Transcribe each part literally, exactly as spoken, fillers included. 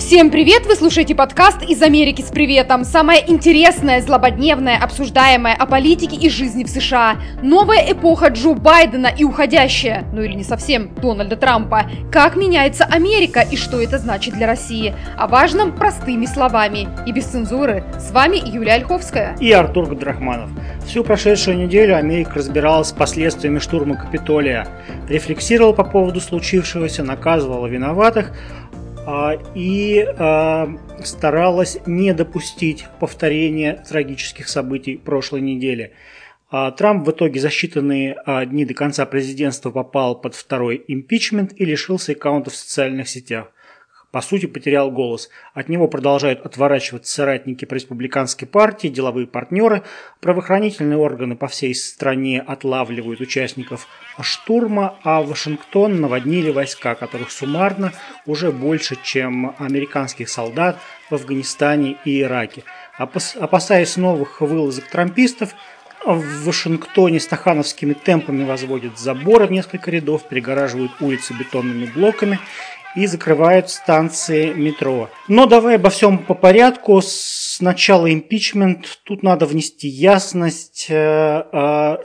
Всем привет! Вы слушаете подкаст «Из Америки с приветом». Самое интересное, злободневное, обсуждаемое о политике и жизни в США. Новая эпоха Джо Байдена и уходящая, ну или не совсем, Дональда Трампа. Как меняется Америка и что это значит для России. О важном простыми словами и без цензуры. С вами Юлия Ольховская. И Артур Габдрахманов. Всю прошедшую неделю Америка разбиралась с последствиями штурма Капитолия, рефлексировала по поводу случившегося, наказывала виноватых, и э, старалась не допустить повторения трагических событий прошлой недели. А Трамп в итоге за считанные а, дни до конца президентства попал под второй импичмент и лишился аккаунта в социальных сетях. По сути, потерял голос. От него продолжают отворачиваться соратники по республиканской партии, деловые партнеры. Правоохранительные органы по всей стране отлавливают участников штурма, а Вашингтон наводнили войска, которых суммарно уже больше, чем американских солдат в Афганистане и Ираке. Опасаясь новых вылазок трампистов, в Вашингтоне стахановскими темпами возводят заборы в несколько рядов, перегораживают улицы бетонными блоками и закрывают станции метро. Но давай обо всем по порядку. Сначала импичмент. Тут надо внести ясность. Что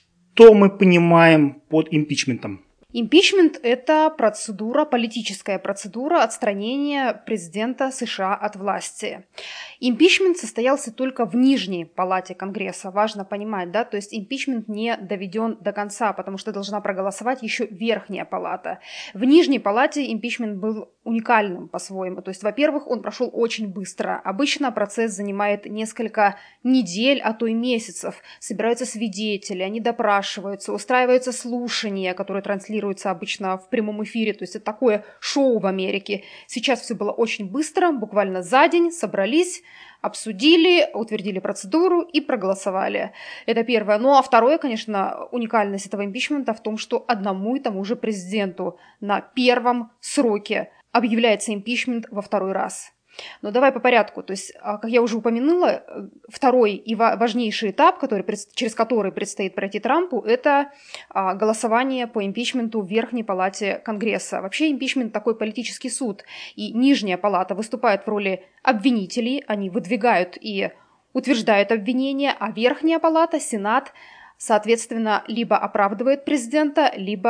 мы понимаем под импичментом? Импичмент – это процедура, политическая процедура отстранения президента США от власти. Импичмент состоялся только в нижней палате Конгресса, важно понимать, да, то есть импичмент не доведен до конца, потому что должна проголосовать еще верхняя палата. В нижней палате импичмент был уникальным по-своему, то есть, во-первых, он прошел очень быстро. Обычно процесс занимает несколько недель, а то и месяцев. Собираются свидетели, они допрашиваются, устраиваются слушания, которые транслируются обычно в прямом эфире, то есть это такое шоу в Америке. Сейчас все было очень быстро, буквально за день собрались, обсудили, утвердили процедуру и проголосовали. Это первое. Ну а второе, конечно, уникальность этого импичмента в том, что одному и тому же президенту на первом сроке объявляется импичмент во второй раз. Но давай по порядку. То есть, как я уже упомянула, второй и важнейший этап, который, через который предстоит пройти Трампу, это голосование по импичменту в Верхней палате Конгресса. Вообще импичмент такой политический суд, и Нижняя палата выступает в роли обвинителей, они выдвигают и утверждают обвинения, а Верхняя палата, Сенат, соответственно, либо оправдывает президента,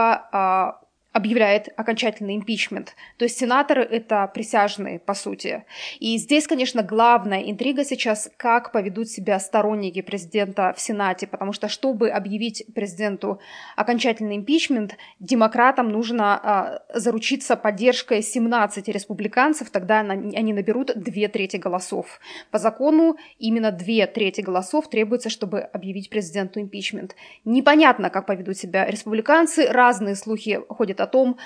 либо объявляет окончательный импичмент. То есть сенаторы – это присяжные, по сути. И здесь, конечно, главная интрига сейчас, как поведут себя сторонники президента в Сенате, потому что, чтобы объявить президенту окончательный импичмент, демократам нужно а, заручиться поддержкой семнадцати республиканцев, тогда они наберут две трети голосов. По закону именно две трети голосов требуется, чтобы объявить президенту импичмент. Непонятно, как поведут себя республиканцы, разные слухи ходят о том,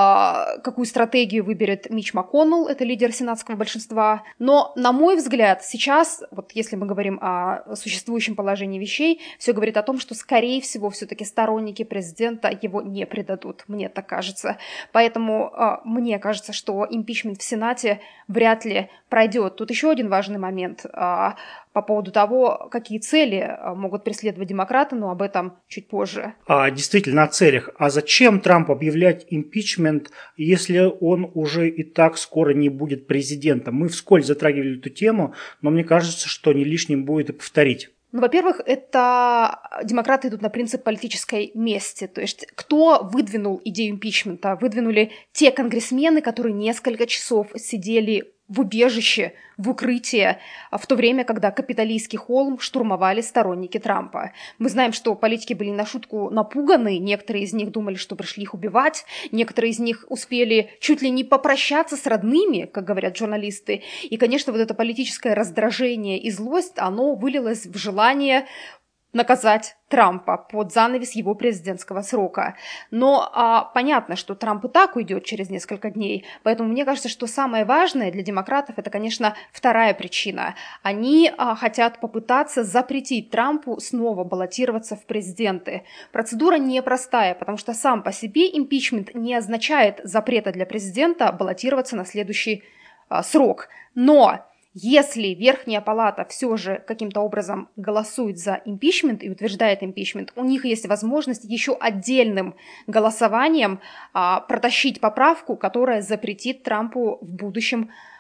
какую стратегию выберет Митч МакКоннелл, это лидер сенатского большинства. Но, на мой взгляд, сейчас, вот если мы говорим о существующем положении вещей, все говорит о том, что, скорее всего, все-таки сторонники президента его не предадут, мне так кажется. Поэтому мне кажется, что импичмент в Сенате вряд ли пройдет. Тут еще один важный момент по поводу того, какие цели могут преследовать демократы, но об этом чуть позже. А, действительно, о целях. А зачем Трампу объявлять импичмент, если он уже и так скоро не будет президентом? Мы вскользь затрагивали эту тему, но мне кажется, что не лишним будет и повторить. Ну, во-первых, это демократы идут на принцип политической мести. То есть кто выдвинул идею импичмента? Выдвинули те конгрессмены, которые несколько часов сидели в убежище, в укрытии, в то время, когда Капитолийский холм штурмовали сторонники Трампа. Мы знаем, что политики были на шутку напуганы, некоторые из них думали, что пришли их убивать, некоторые из них успели чуть ли не попрощаться с родными, как говорят журналисты. И, конечно, вот это политическое раздражение и злость, оно вылилось в желание наказать Трампа под занавес его президентского срока. Но а, понятно, что Трамп и так уйдет через несколько дней, поэтому мне кажется, что самое важное для демократов это, конечно, вторая причина. Они а, хотят попытаться запретить Трампу снова баллотироваться в президенты. Процедура непростая, потому что сам по себе импичмент не означает запрета для президента баллотироваться на следующий а, срок. Но если Верхняя палата все же каким-то образом голосует за импичмент и утверждает импичмент, у них есть возможность еще отдельным голосованием а, протащить поправку, которая запретит Трампу в будущем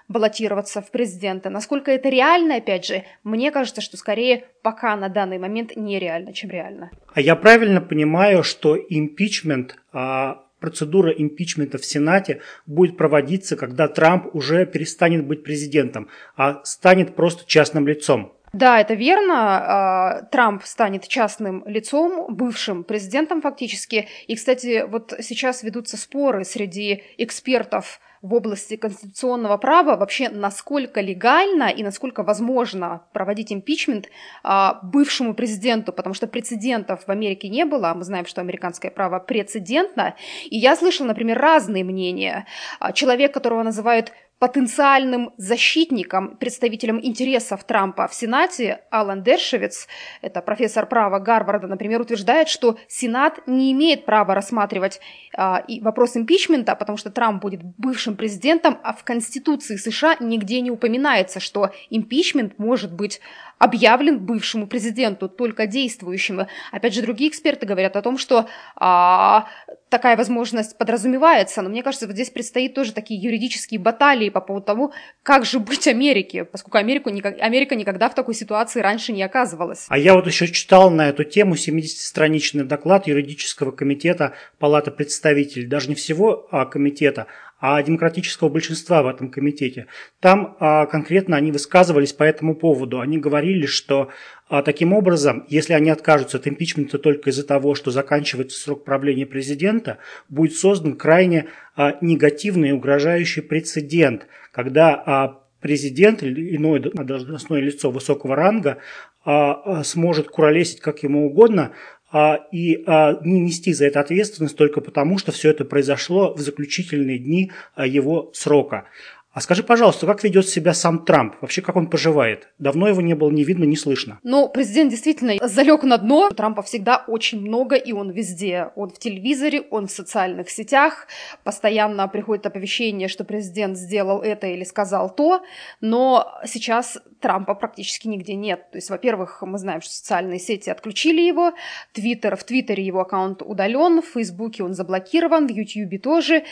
баллотироваться в президенты. Насколько это реально, опять же, мне кажется, что скорее пока на данный момент нереально, чем реально. А я правильно понимаю, что импичмент, процедура импичмента в Сенате будет проводиться, когда Трамп уже перестанет быть президентом, а станет просто частным лицом? Да, это верно. Трамп станет частным лицом, бывшим президентом фактически. И, кстати, вот сейчас ведутся споры среди экспертов в области конституционного права, вообще насколько легально и насколько возможно проводить импичмент бывшему президенту, потому что прецедентов в Америке не было, мы знаем, что американское право прецедентно. И я слышала, например, разные мнения. Человек, которого называют потенциальным защитником, представителем интересов Трампа в Сенате, Алан Дершевиц, это профессор права Гарварда, например, утверждает, что Сенат не имеет права рассматривать а, и вопрос импичмента, потому что Трамп будет бывшим президентом, а в Конституции США нигде не упоминается, что импичмент может быть объявлен бывшему президенту, только действующему. Опять же, другие эксперты говорят о том, что а, такая возможность подразумевается, но мне кажется, вот здесь предстоит тоже такие юридические баталии по поводу того, как же быть Америке, поскольку Америку, Америка никогда в такой ситуации раньше не оказывалась. А я вот еще читал на эту тему семидесятистраничный доклад юридического комитета Палаты представителей, даже не всего а, комитета, а демократического большинства в этом комитете. Там а, конкретно они высказывались по этому поводу. Они говорили, что а, таким образом, если они откажутся от импичмента только из-за того, что заканчивается срок правления президента, будет создан крайне а, негативный и угрожающий прецедент, когда а, президент или иное должностное лицо высокого ранга а, а, сможет куролесить как ему угодно, и не нести за это ответственность только потому, что все это произошло в заключительные дни его срока. А скажи, пожалуйста, как ведет себя сам Трамп? Вообще, как он поживает? Давно его не было ни видно, ни слышно. Ну, президент действительно залег на дно. У Трампа всегда очень много, и он везде. Он в телевизоре, он в социальных сетях. Постоянно приходит оповещение, что президент сделал это или сказал то. Но сейчас Трампа практически нигде нет. То есть, во-первых, мы знаем, что социальные сети отключили его. Твиттер, в Твиттере его аккаунт удален, в Фейсбуке он заблокирован, в Ютьюбе тоже.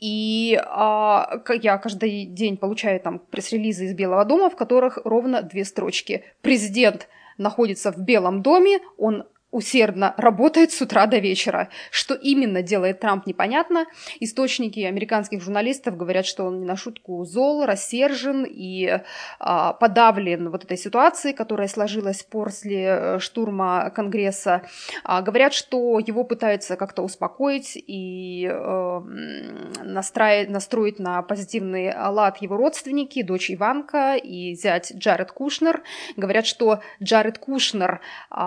И а, я каждый день получаю там пресс-релизы из Белого дома, в которых ровно две строчки. Президент находится в Белом доме, он усердно работает с утра до вечера. Что именно делает Трамп, непонятно. Источники американских журналистов говорят, что он не на шутку зол, рассержен и а, подавлен вот этой ситуацией, которая сложилась после штурма Конгресса. А, говорят, что его пытаются как-то успокоить и э, настроить, настроить на позитивный лад его родственники, дочь Иванка и зять Джаред Кушнер. Говорят, что Джаред Кушнер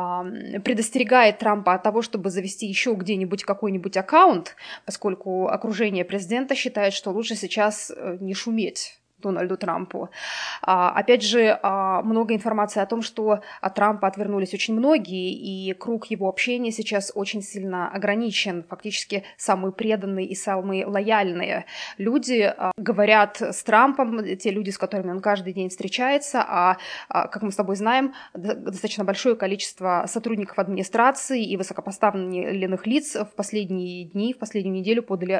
э, предостерегает Трампа от того, чтобы завести еще где-нибудь какой-нибудь аккаунт, поскольку окружение президента считает, что лучше сейчас не шуметь Дональду Трампу. А, опять же, а, много информации о том, что от Трампа отвернулись очень многие, и круг его общения сейчас очень сильно ограничен. Фактически самые преданные и самые лояльные люди а, говорят с Трампом, те люди, с которыми он каждый день встречается, а, а как мы с тобой знаем, достаточно большое количество сотрудников администрации и высокопоставленных лиц в последние дни, в последнюю неделю подали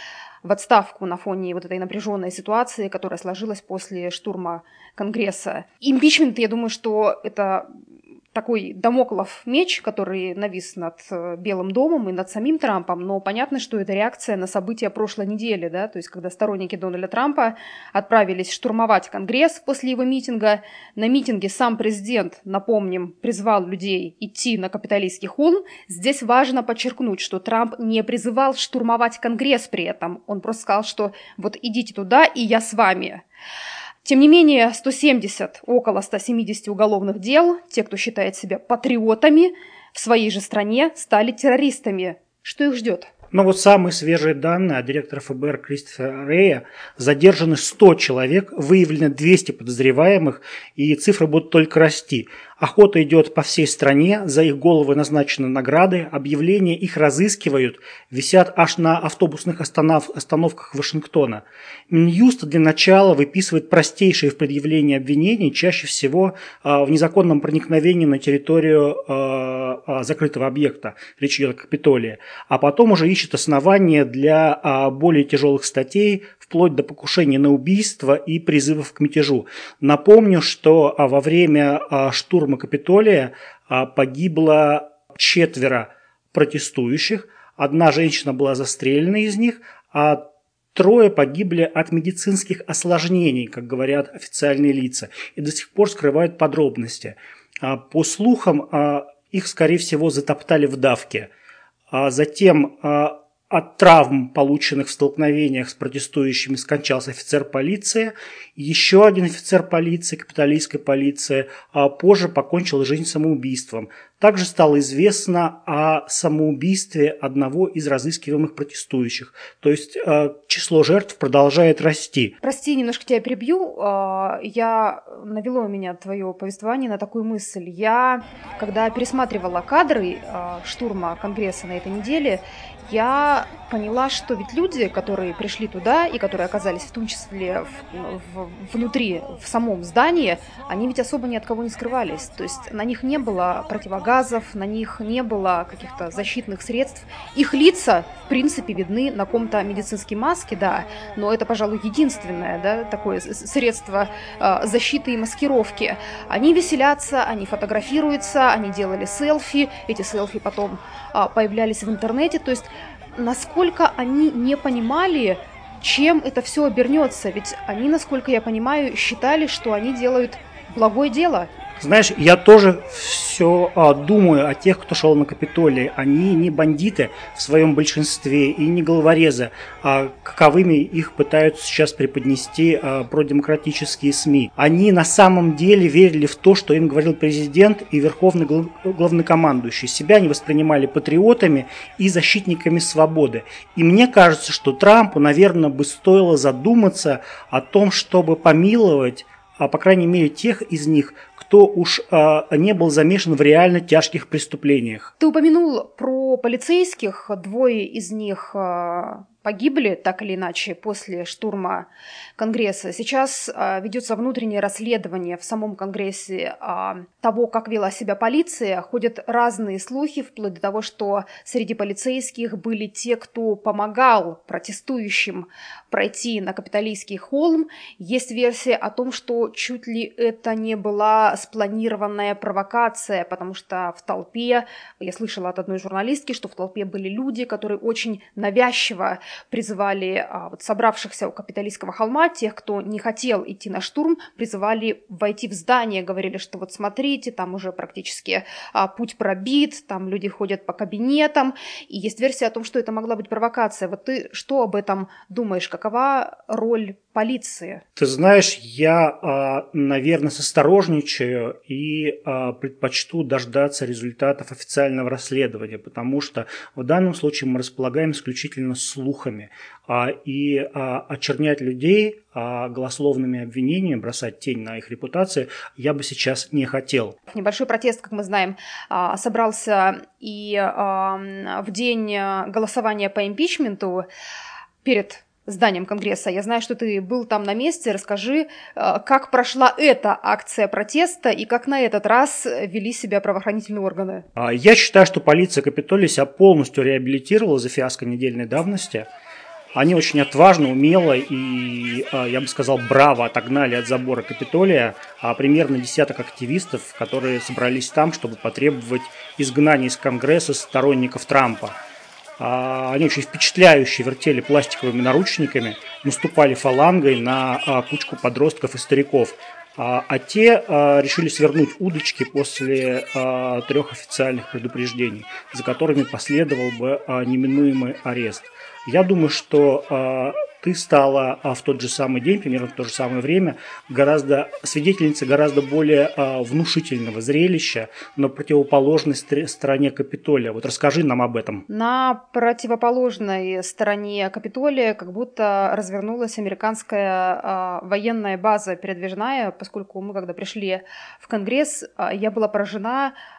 в отставку на фоне вот этой напряженной ситуации, которая сложилась после штурма Конгресса. Импичмент, я думаю, что это такой дамоклов меч, который навис над Белым домом и над самим Трампом, но понятно, что это реакция на события прошлой недели, да, то есть когда сторонники Дональда Трампа отправились штурмовать Конгресс после его митинга. На митинге сам президент, напомним, призвал людей идти на Капитолийский холм. Здесь важно подчеркнуть, что Трамп не призывал штурмовать Конгресс при этом, он просто сказал, что вот идите туда, и я с вами. Тем не менее, сто семьдесят, около ста семидесяти уголовных дел, те, кто считает себя патриотами, в своей же стране стали террористами. Что их ждет? Но вот самые свежие данные от директора эф бэ эр Кристофера Рэя: задержаны сто человек, выявлено двести подозреваемых, и цифры будут только расти. Охота идет по всей стране, за их головы назначены награды, объявления их разыскивают, висят аж на автобусных останов, остановках Вашингтона. Минюст для начала выписывает простейшие в предъявлении обвинений, чаще всего э, в незаконном проникновении на территорию э, э, закрытого объекта, речь идет о Капитолии, а потом уже ищет основания для э, более тяжелых статей, вплоть до покушения на убийство и призывов к мятежу. Напомню, что во время штурма Капитолия погибло четверо протестующих, одна женщина была застрелена из них, а трое погибли от медицинских осложнений, как говорят официальные лица, и до сих пор скрывают подробности. По слухам, их, скорее всего, затоптали в давке. Затем от травм, полученных в столкновениях с протестующими, скончался офицер полиции. Еще один офицер полиции, капитолийской полиции, позже покончил жизнь самоубийством. Также стало известно о самоубийстве одного из разыскиваемых протестующих. То есть число жертв продолжает расти. Прости, немножко тебя перебью. Я навело меня твое повествование на такую мысль. Я, когда пересматривала кадры штурма Конгресса на этой неделе, я поняла, что ведь люди, которые пришли туда и которые оказались в том числе в, в, внутри, в самом здании, они ведь особо ни от кого не скрывались. То есть на них не было противогазов, на них не было каких-то защитных средств. Их лица, в принципе, видны на каком-то медицинской маске, да, но это, пожалуй, единственное, да, такое средство э, защиты и маскировки. Они веселятся, они фотографируются, они делали селфи, эти селфи потом э, появлялись в интернете, то есть насколько они не понимали, чем это все обернется. Ведь они, насколько я понимаю, считали, что они делают благое дело. Знаешь, я тоже все а, думаю о тех, кто шел на Капитолий. Они не бандиты в своем большинстве и не головорезы, а каковыми их пытаются сейчас преподнести а, продемократические СМИ. Они на самом деле верили в то, что им говорил президент и верховный главнокомандующий. Себя они воспринимали патриотами и защитниками свободы. И мне кажется, что Трампу, наверное, бы стоило задуматься о том, чтобы помиловать, а, по крайней мере, тех из них, кто уж а, не был замешан в реально тяжких преступлениях. Ты упомянул про полицейских, двое из них а, погибли, так или иначе, после штурма Конгресса. Сейчас а, ведется внутреннее расследование в самом Конгрессе а, того, как вела себя полиция. Ходят разные слухи, вплоть до того, что среди полицейских были те, кто помогал протестующим пройти на Капитолийский холм. Есть версия о том, что чуть ли это не была спланированная провокация, потому что в толпе, я слышала от одной журналистки, что в толпе были люди, которые очень навязчиво призывали а, вот, собравшихся у Капитолийского холма, тех, кто не хотел идти на штурм, призывали войти в здание, говорили, что вот смотрите, там уже практически а, путь пробит, там люди ходят по кабинетам, и есть версия о том, что это могла быть провокация. Вот ты что об этом думаешь? Какова роль полиции? Ты знаешь, я, наверное, осторожничаю и предпочту дождаться результатов официального расследования, потому что в данном случае мы располагаем исключительно слухами. И очернять людей голословными обвинениями, бросать тень на их репутацию я бы сейчас не хотел. Небольшой протест, как мы знаем, собрался и в день голосования по импичменту перед зданием Конгресса. Я знаю, что ты был там на месте. Расскажи, как прошла эта акция протеста и как на этот раз вели себя правоохранительные органы. Я считаю, что полиция Капитолия себя полностью реабилитировала за фиаско недельной давности. Они очень отважно, умело и, я бы сказал, браво отогнали от забора Капитолия примерно десяток активистов, которые собрались там, чтобы потребовать изгнания из Конгресса сторонников Трампа. Они очень впечатляюще вертели пластиковыми наручниками, наступали фалангой на кучку подростков и стариков. А те решили свернуть удочки после трех официальных предупреждений, за которыми последовал бы неминуемый арест. Я думаю, что ты стала в тот же самый день, примерно в то же самое время, гораздо свидетельницей гораздо более внушительного зрелища на противоположной стороне Капитолия. Вот расскажи нам об этом. На противоположной стороне Капитолия как будто развернулась американская военная база передвижная, поскольку мы, когда пришли в Конгресс, я была поражена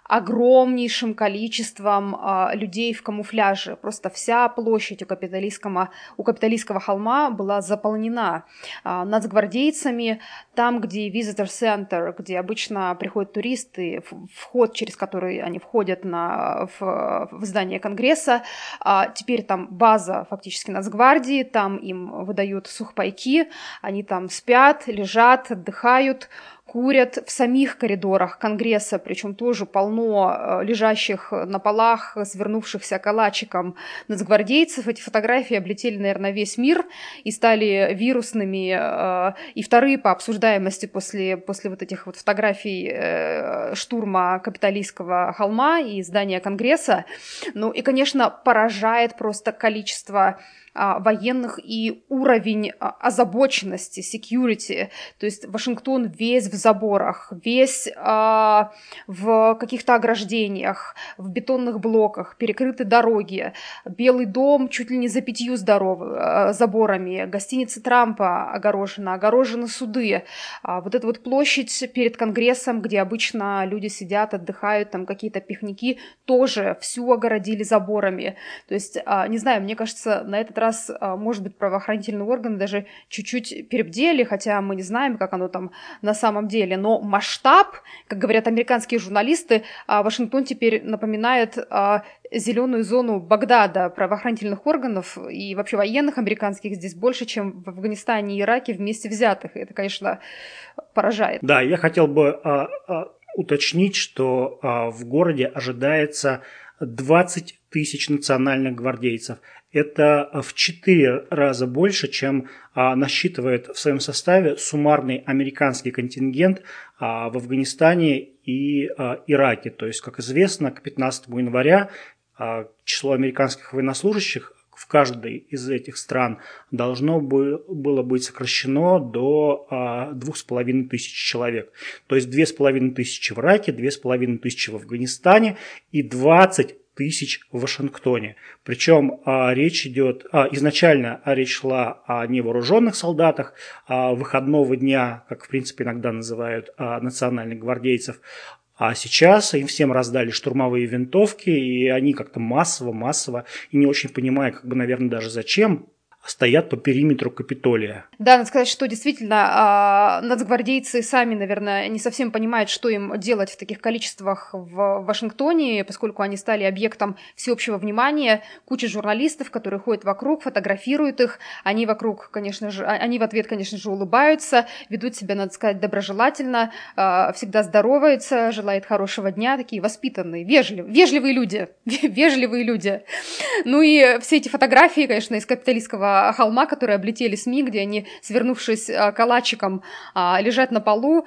огромнейшим количеством а, людей в камуфляже. Просто вся площадь у Капитолийского, у Капитолийского холма была заполнена а, нацгвардейцами. Там, где Visitor Center, где обычно приходят туристы, вход, через который они входят на, в, в здание Конгресса, а, теперь там база фактически нацгвардии, там им выдают сухпайки, они там спят, лежат, отдыхают, курят в самих коридорах Конгресса, причем тоже полно лежащих на полах, свернувшихся калачиком нацгвардейцев. Эти фотографии облетели, наверное, весь мир и стали вирусными. И вторые по обсуждаемости после, после вот этих вот фотографий штурма Капитолийского холма и здания Конгресса. Ну и, конечно, поражает просто количество военных и уровень озабоченности, security. То есть Вашингтон весь в заборах, весь а, в каких-то ограждениях, в бетонных блоках, перекрыты дороги. Белый дом чуть ли не за пятью здоровы, а, заборами. Гостиница Трампа огорожена, огорожены суды. А, вот эта вот площадь перед Конгрессом, где обычно люди сидят, отдыхают, там какие-то пикники, тоже всю огородили заборами. То есть, а, не знаю, мне кажется, на этот раз, может быть, правоохранительные органы даже чуть-чуть перебдели, хотя мы не знаем, как оно там на самом деле. Но масштаб, как говорят американские журналисты, Вашингтон теперь напоминает зеленую зону Багдада правоохранительных органов и вообще военных американских здесь больше, чем в Афганистане и Ираке вместе взятых. И это, конечно, поражает. Да, я хотел бы а, а, уточнить, что а, в городе ожидается двадцать тысяч национальных гвардейцев. Это в четыре раза больше, чем а, насчитывает в своем составе суммарный американский контингент а, в Афганистане и а, Ираке. То есть, как известно, к пятнадцатому января а, число американских военнослужащих в каждой из этих стран должно было быть сокращено до а, двух с половиной тысяч человек. То есть две с половиной тысячи в Ираке, две с половиной тысячи в Афганистане и двадцать тысяч в Вашингтоне. Причем а, речь идет, а, изначально речь шла о невооруженных солдатах а, выходного дня, как в принципе иногда называют а, национальных гвардейцев. А сейчас им всем раздали штурмовые винтовки, и они как-то массово-массово, и не очень понимая, как бы, наверное, даже зачем, стоят по периметру Капитолия. Да, надо сказать, что действительно нацгвардейцы сами, наверное, не совсем понимают, что им делать в таких количествах в Вашингтоне, поскольку они стали объектом всеобщего внимания. Куча журналистов, которые ходят вокруг, фотографируют их. Они вокруг, конечно же, они в ответ, конечно же, улыбаются, ведут себя, надо сказать, доброжелательно, всегда здороваются, желают хорошего дня, такие воспитанные, вежливые, вежливые люди, вежливые люди. Ну и все эти фотографии, конечно, из Капитолийского холма, которые облетели СМИ, где они, свернувшись калачиком, лежат на полу,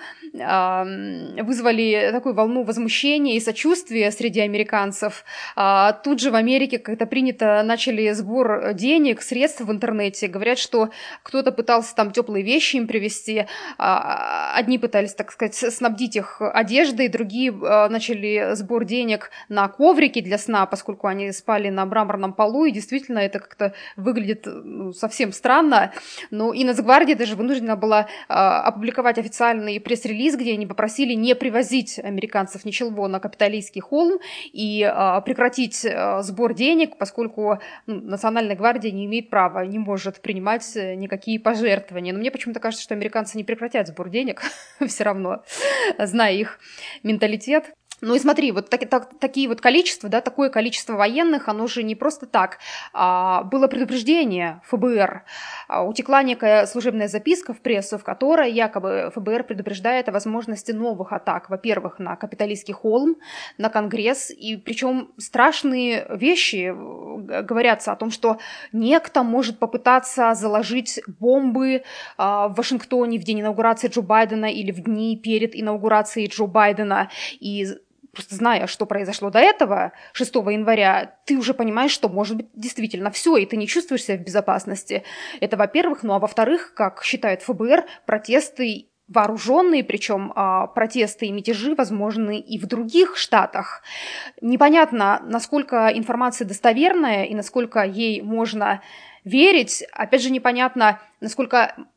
вызвали такую волну возмущения и сочувствия среди американцев. Тут же в Америке, как это принято, начали сбор денег, средств в интернете. Говорят, что кто-то пытался там теплые вещи им привезти. Одни пытались, так сказать, снабдить их одеждой, другие начали сбор денег на коврики для сна, поскольку они спали на мраморном полу, и действительно это как-то выглядит ну, совсем странно. Ну и Нацгвардия даже вынуждена была а, опубликовать официальный пресс-релиз, где они попросили не привозить американцев ничего на Капитолийский холм и а, прекратить а, сбор денег, поскольку ну, Национальная гвардия не имеет права, не может принимать никакие пожертвования. Но мне почему-то кажется, что американцы не прекратят сбор денег все равно, зная их менталитет. Ну и смотри, вот так, так, такие вот количества, да, такое количество военных, оно же не просто так. А, было предупреждение ФБР. А, утекла некая служебная записка в прессу, в которой якобы ФБР предупреждает о возможности новых атак. Во-первых, на Капитолийский холм, на Конгресс. И причем страшные вещи говорятся о том, что некто может попытаться заложить бомбы а, в Вашингтоне в день инаугурации Джо Байдена или в дни перед инаугурацией Джо Байдена. И просто зная, что произошло до этого, шестого января, ты уже понимаешь, что может быть действительно все, и ты не чувствуешь себя в безопасности. Это во-первых. Ну а во-вторых, как считает ФБР, протесты вооруженные, причем а, протесты и мятежи возможны и в других штатах. Непонятно, насколько информация достоверная и насколько ей можно верить. Опять же, непонятно, насколько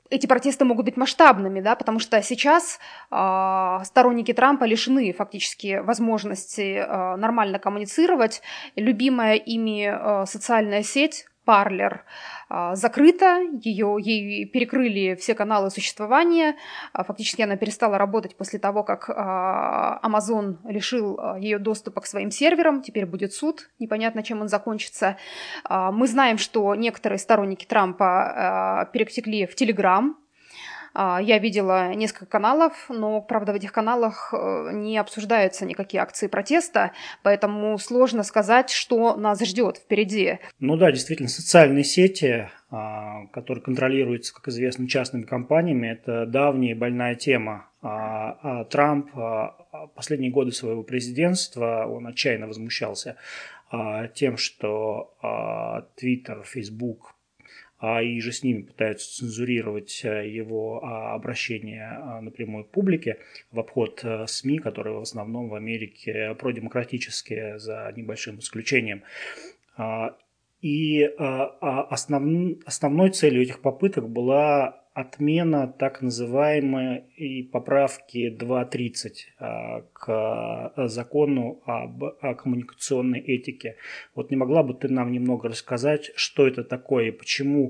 эти протесты могут быть масштабными, да, потому что сейчас э, сторонники Трампа лишены фактически возможности э, нормально коммуницировать. Любимая ими э, социальная сеть Parler э, закрыта, ее, ей перекрыли все каналы существования. Э, фактически она перестала работать после того, как э, Amazon лишил э, ее доступа к своим серверам. Теперь будет суд, непонятно, чем он закончится. Э, мы знаем, что некоторые сторонники Трампа э, перетекли в Telegram. Я видела несколько каналов, но, правда, в этих каналах не обсуждаются никакие акции протеста, поэтому сложно сказать, что нас ждет впереди. Ну да, действительно, социальные сети, которые контролируются, как известно, частными компаниями, это давняя больная тема. Трамп последние годы своего президентства, он отчаянно возмущался тем, что Twitter, Facebook и же с ними пытаются цензурировать его обращение напрямую к публике в обход СМИ, которые в основном в Америке продемократические, за небольшим исключением. И основ... основной целью этих попыток была отмена так называемой поправки два тридцать к закону об коммуникационной этике. Вот не могла бы ты нам немного рассказать, что это такое и почему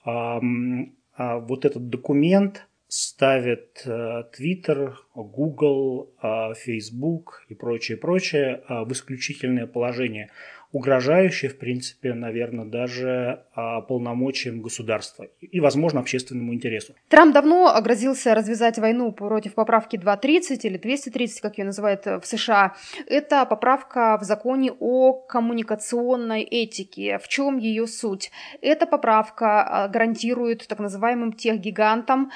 вот этот документ ставит Twitter, Google, Facebook и прочее, прочее в исключительное положение, угрожающее, в принципе, наверное, даже полномочиям государства и, возможно, общественному интересу. Трамп давно грозился развязать войну против поправки два тридцать или двести тридцать, как ее называют в США. Это поправка в законе о коммуникационной этике. В чем ее суть? Эта поправка гарантирует так называемым техгигантам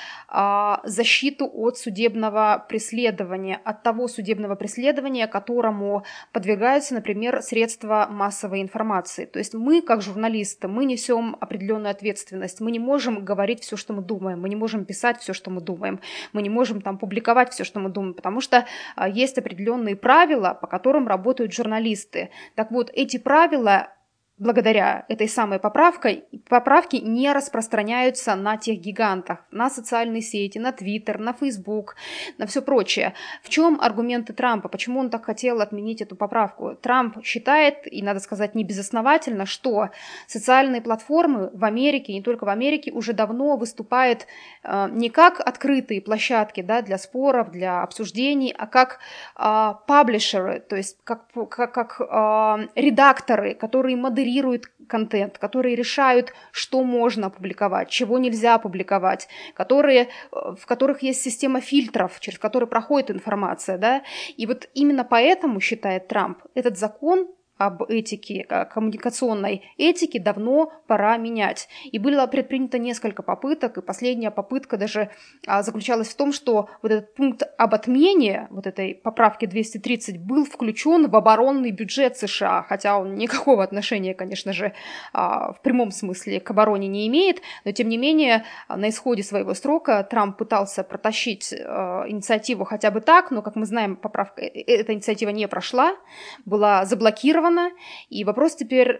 защиту от судебного преследования, от того судебного преследования, которому подвергаются, например, средства массовой информации. То есть мы, как журналисты, мы несем определенную ответственность. Мы не можем говорить все, что мы думаем. Мы не можем писать все, что мы думаем. Мы не можем там публиковать все, что мы думаем, потому что а, есть определенные правила, по которым работают журналисты. Так вот, эти правила, благодаря этой самой поправке, поправки не распространяются на тех гигантах, на социальные сети, на Twitter, на Facebook, на все прочее. В чем аргументы Трампа? Почему он так хотел отменить эту поправку? Трамп считает, и надо сказать небезосновательно, что социальные платформы в Америке, не только в Америке, уже давно выступают э, не как открытые площадки, да, для споров, для обсуждений, а как э, паблишеры, то есть как, как, как э, редакторы, которые модерируют модерируют контент, которые решают, что можно опубликовать, чего нельзя опубликовать, которые, в которых есть система фильтров, через которые проходит информация, да, и вот именно поэтому, считает Трамп, этот закон об этике, коммуникационной этике давно пора менять. И было предпринято несколько попыток, и последняя попытка даже а, заключалась в том, что вот этот пункт об отмене вот этой поправки двести тридцать был включен в оборонный бюджет США, хотя он никакого отношения, конечно же, а, в прямом смысле к обороне не имеет, но тем не менее на исходе своего срока Трамп пытался протащить а, инициативу хотя бы так, но, как мы знаем, поправка, эта инициатива не прошла, была заблокирована. И вопрос теперь,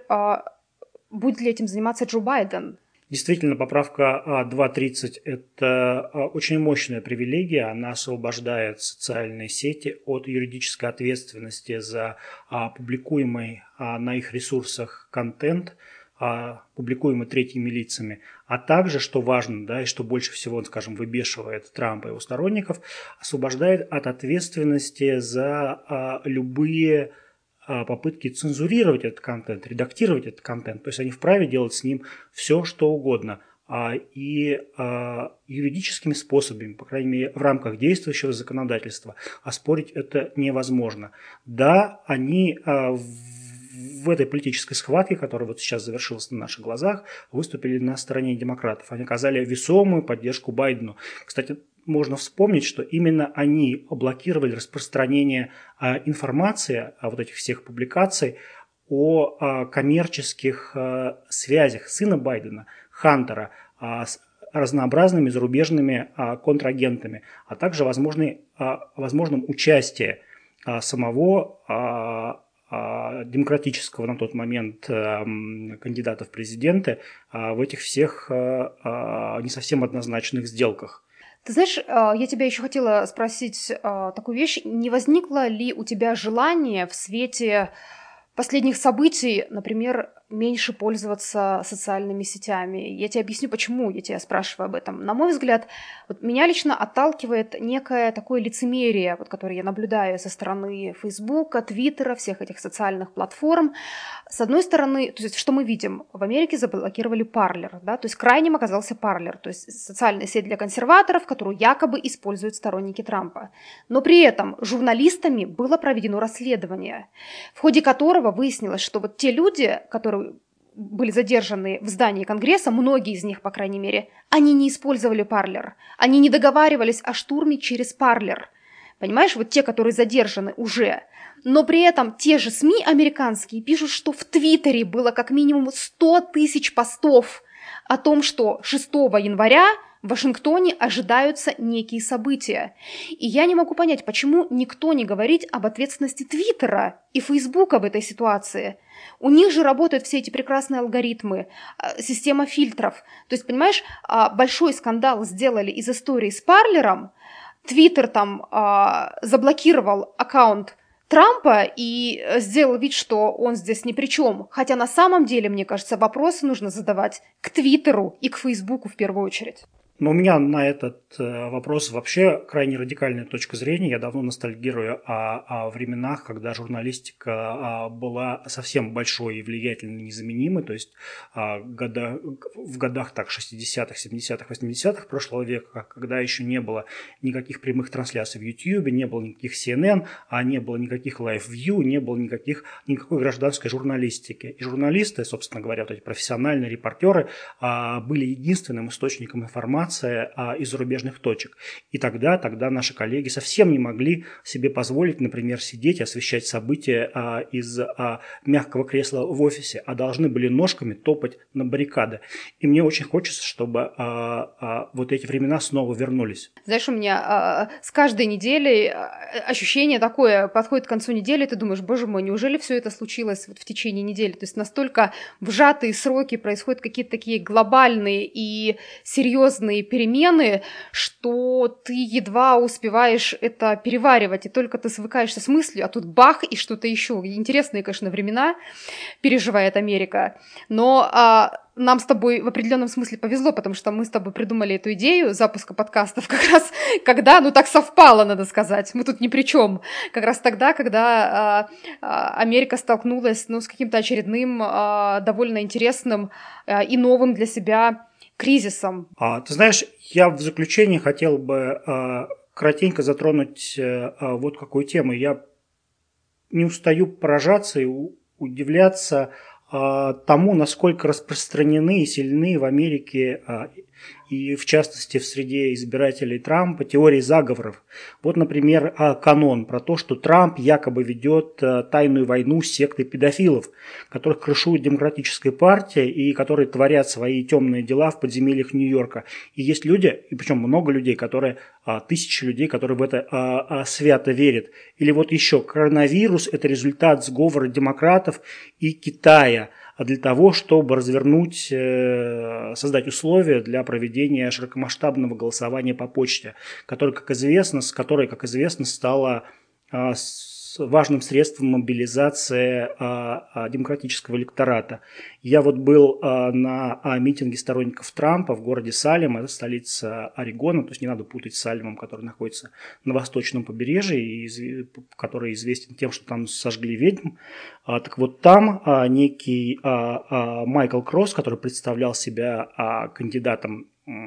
будет ли этим заниматься Джо Байден? Действительно, поправка два тридцать – это очень мощная привилегия. Она освобождает социальные сети от юридической ответственности за публикуемый на их ресурсах контент, публикуемый третьими лицами, а также, что важно, да, и что больше всего, скажем, выбешивает Трампа и его сторонников, освобождает от ответственности за любые попытки цензурировать этот контент, редактировать этот контент. То есть они вправе делать с ним все, что угодно. И юридическими способами, по крайней мере, в рамках действующего законодательства, оспорить это невозможно. Да, они в этой политической схватке, которая вот сейчас завершилась на наших глазах, выступили на стороне демократов. Они оказали весомую поддержку Байдену. Кстати, можно вспомнить, что именно они блокировали распространение а, информации, а, вот этих всех публикаций о а, коммерческих а, связях сына Байдена, Хантера, а, с разнообразными зарубежными а, контрагентами, а также возможной, а, возможном участии а, самого а, демократического на тот момент кандидата в президенты в этих всех не совсем однозначных сделках. Ты знаешь, я тебя еще хотела спросить такую вещь. Не возникло ли у тебя желание в свете последних событий, например, меньше пользоваться социальными сетями? Я тебе объясню, почему я тебя спрашиваю об этом. На мой взгляд, вот меня лично отталкивает некое такое лицемерие, вот, которое я наблюдаю со стороны Фейсбука, Твиттера, всех этих социальных платформ. С одной стороны, то есть, что мы видим? В Америке заблокировали Parler, да, то есть крайним оказался Parler, то есть социальная сеть для консерваторов, которую якобы используют сторонники Трампа. Но при этом журналистами было проведено расследование, в ходе которого выяснилось, что вот те люди, которые были задержаны в здании Конгресса, многие из них, по крайней мере, они не использовали Parler, они не договаривались о штурме через Parler. Понимаешь, вот те, которые задержаны уже. Но при этом те же СМИ американские пишут, что в Твиттере было как минимум сто тысяч постов о том, что шестого января в Вашингтоне ожидаются некие события. И я не могу понять, почему никто не говорит об ответственности Твиттера и Фейсбука в этой ситуации. У них же работают все эти прекрасные алгоритмы, система фильтров. То есть, понимаешь, большой скандал сделали из истории с Парлером. Твиттер там заблокировал аккаунт Трампа и сделал вид, что он здесь ни при чем. Хотя на самом деле, мне кажется, вопросы нужно задавать к Твиттеру и к Фейсбуку в первую очередь. Но у меня на этот вопрос вообще крайне радикальная точка зрения. Я давно ностальгирую о, о временах, когда журналистика была совсем большой и влиятельной, незаменимой. То есть года, в годах так, шестидесятых, семидесятых, восьмидесятых прошлого века, когда еще не было никаких прямых трансляций в YouTube, не было никаких си эн эн, а не было никаких Live View, не было никаких, никакой гражданской журналистики. И журналисты, собственно говоря, вот эти профессиональные репортеры, были единственным источником информации из зарубежных точек. И тогда, тогда наши коллеги совсем не могли себе позволить, например, сидеть и освещать события а, из а, мягкого кресла в офисе, а должны были ножками топать на баррикады. И мне очень хочется, чтобы а, а, вот эти времена снова вернулись. Знаешь, у меня а, с каждой неделей ощущение такое, подходит к концу недели, ты думаешь, боже мой, неужели все это случилось вот в течение недели? То есть настолько в сжатые сроки происходят какие-то такие глобальные и серьезные перемены, что ты едва успеваешь это переваривать, и только ты свыкаешься с мыслью, а тут бах, и что-то еще. Интересные, конечно, времена переживает Америка, но а, нам с тобой в определенном смысле повезло, потому что мы с тобой придумали эту идею запуска подкастов как раз когда, ну так совпало, надо сказать, мы тут ни при чем, как раз тогда, когда а, а, Америка столкнулась, ну, с каким-то очередным а, довольно интересным а, и новым для себя кризисом. А, ты знаешь, я в заключение хотел бы а, кратенько затронуть а, вот какую тему. Я не устаю поражаться и у, удивляться а, тому, насколько распространены и сильны в Америке а, и, в частности, в среде избирателей Трампа теории заговоров. Вот, например, канон про то, что Трамп якобы ведет тайную войну с сектой педофилов, которых крышует Демократическая партия и которые творят свои темные дела в подземельях Нью-Йорка. И есть люди, и причем много людей, которые, тысячи людей, которые в это свято верят. Или вот еще, коронавирус – это результат сговора демократов и Китая для того, чтобы развернуть, создать условия для проведения широкомасштабного голосования по почте, которое, как известно, с которой, как известно, стало важным средством мобилизации демократического электората. Я вот был на митинге сторонников Трампа в городе Салем, это столица Орегона, то есть не надо путать с Салемом, который находится на восточном побережье, который известен тем, что там сожгли ведьм. Так вот там некий Майкл Кросс, который представлял себя кандидатом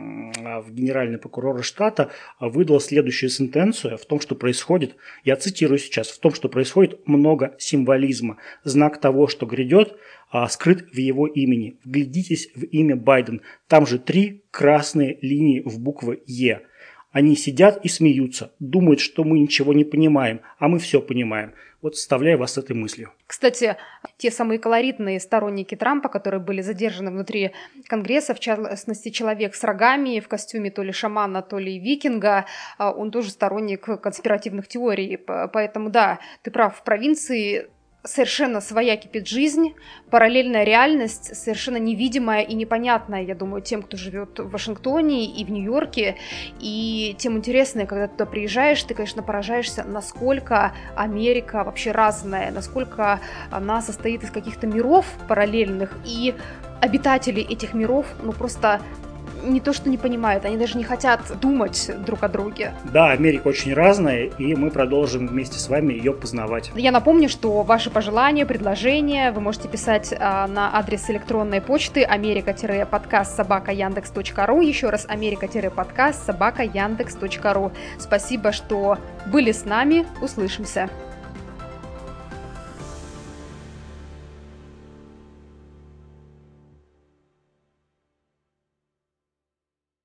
в генеральный прокурор штата, выдал следующую сентенцию в том, что происходит, я цитирую сейчас, в том, что происходит много символизма. Знак того, что грядет, скрыт в его имени. Вглядитесь в имя Байден. Там же три красные линии в буквы «Е». Они сидят и смеются, думают, что мы ничего не понимаем, а мы все понимаем. Вот оставляю вас с этой мыслью. Кстати, те самые колоритные сторонники Трампа, которые были задержаны внутри Конгресса, в частности, человек с рогами в костюме то ли шамана, то ли викинга, он тоже сторонник конспиративных теорий. Поэтому, да, ты прав, в провинции совершенно своя кипит жизнь, параллельная реальность, совершенно невидимая и непонятная, я думаю, тем, кто живет в Вашингтоне и в Нью-Йорке, и тем интереснее, когда ты туда приезжаешь, ты, конечно, поражаешься, насколько Америка вообще разная, насколько она состоит из каких-то миров параллельных, и обитатели этих миров, ну, просто не то, что не понимают, они даже не хотят думать друг о друге. Да, Америка очень разная, и мы продолжим вместе с вами ее познавать. Я напомню, что ваши пожелания, предложения вы можете писать а, на адрес электронной почты америка-подкаст собака яндекс точка ру. Еще раз, америка-подкаст собака яндекс точка ру. Спасибо, что были с нами. Услышимся.